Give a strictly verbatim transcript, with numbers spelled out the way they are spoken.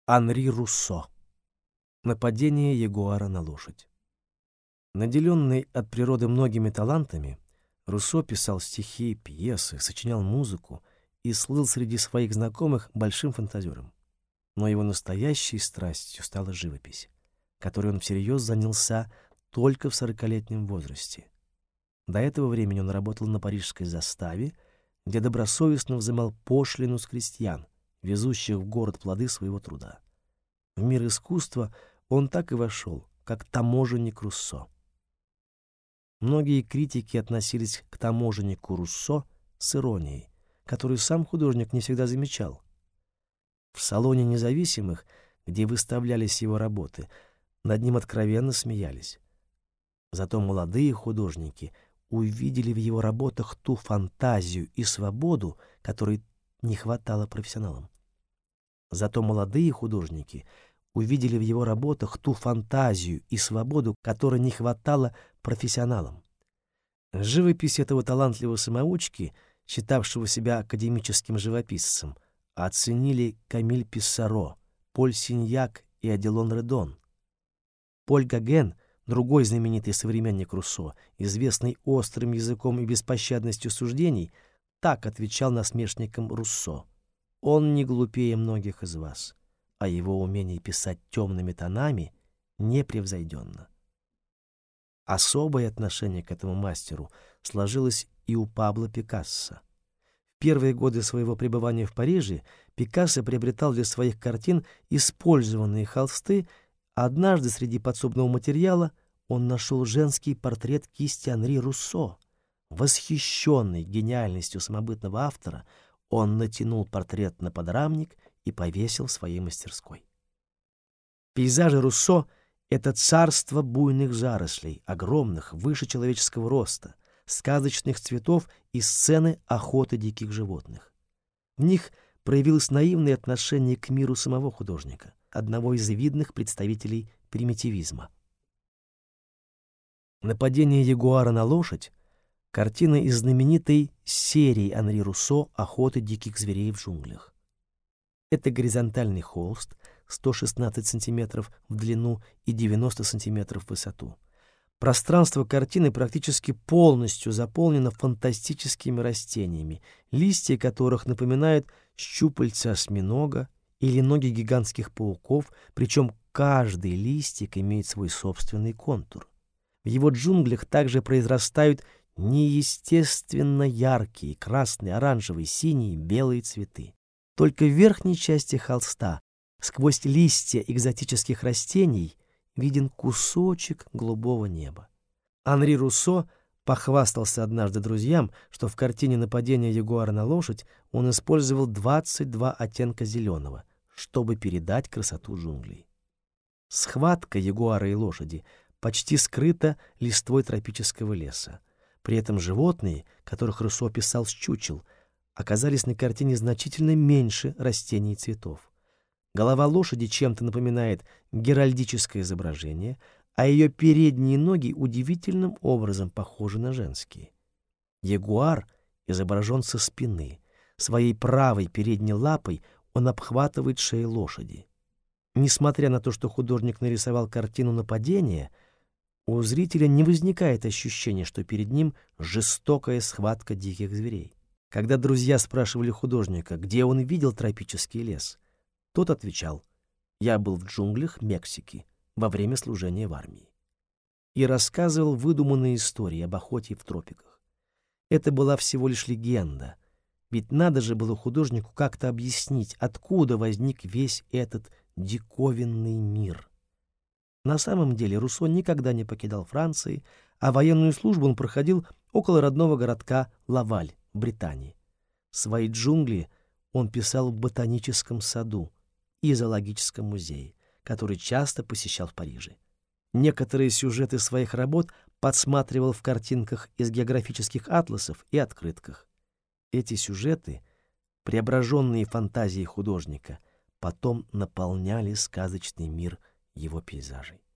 Анри Руссо. Нападение ягуара на лошадь. Наделенный от природы многими талантами, Руссо писал стихи, пьесы, сочинял музыку и слыл среди своих знакомых большим фантазером. Но его настоящей страстью стала живопись, которой он всерьез занялся только в сорокалетнем возрасте. До этого времени он работал на парижской заставе, где добросовестно взымал пошлину с крестьян, везущих в город плоды своего труда. В мир искусства он так и вошел, как таможенник Руссо. Многие критики относились к таможеннику Руссо с иронией, которую сам художник не всегда замечал. В салоне независимых, где выставлялись его работы, над ним откровенно смеялись. Зато молодые художники увидели в его работах ту фантазию и свободу, которой не хватало профессионалам. Зато молодые художники увидели в его работах ту фантазию и свободу, которой не хватало профессионалам. Живопись этого талантливого самоучки, считавшего себя академическим живописцем, оценили Камиль Писсаро, Поль Синьяк и Одилон Редон. Поль Гоген, другой знаменитый современник Руссо, известный острым языком и беспощадностью суждений, так отвечал насмешникам Руссо: «Он не глупее многих из вас, а его умение писать темными тонами непревзойденно». Особое отношение к этому мастеру сложилось и у Пабло Пикассо. В первые годы своего пребывания в Париже Пикассо приобретал для своих картин использованные холсты, а однажды среди подсобного материала он нашел женский портрет кисти Анри Руссо. Восхищенный гениальностью самобытного автора, он натянул портрет на подрамник и повесил в своей мастерской. Пейзажи Руссо — это царство буйных зарослей, огромных, выше человеческого роста, сказочных цветов и сцены охоты диких животных. В них проявилось наивное отношение к миру самого художника, одного из видных представителей примитивизма. «Нападение ягуара на лошадь» — картина из знаменитой серии Анри Руссо «Охоты диких зверей в джунглях». Это горизонтальный холст, сто шестнадцать сантиметров в длину и девяносто сантиметров в высоту. Пространство картины практически полностью заполнено фантастическими растениями, листья которых напоминают щупальца осьминога или ноги гигантских пауков, причем каждый листик имеет свой собственный контур. В его джунглях также произрастают неестественно яркие красные, оранжевые, синие, белые цветы. Только в верхней части холста, сквозь листья экзотических растений, виден кусочек голубого неба. Анри Руссо похвастался однажды друзьям, что в картине «Нападение ягуара на лошадь» он использовал двадцать два оттенка зеленого, чтобы передать красоту джунглей. Схватка ягуара и лошади почти скрыта листвой тропического леса. При этом животные, которых Руссо писал с чучел, оказались на картине значительно меньше растений и цветов. Голова лошади чем-то напоминает геральдическое изображение, а ее передние ноги удивительным образом похожи на женские. Ягуар изображен со спины. Своей правой передней лапой он обхватывает шею лошади. Несмотря на то, что художник нарисовал картину нападения, у зрителя не возникает ощущения, что перед ним жестокая схватка диких зверей. Когда друзья спрашивали художника, где он видел тропический лес, тот отвечал: «Я был в джунглях Мексики во время служения в армии», и рассказывал выдуманные истории об охоте в тропиках. Это была всего лишь легенда, ведь надо же было художнику как-то объяснить, откуда возник весь этот диковинный мир. На самом деле Руссо никогда не покидал Франции, а военную службу он проходил около родного городка Лаваль в Британии. Свои джунгли он писал в ботаническом саду и зоологическом музее, который часто посещал в Париже. Некоторые сюжеты своих работ подсматривал в картинках из географических атласов и открытках. Эти сюжеты, преображенные фантазией художника, потом наполняли сказочный мир его пейзажей.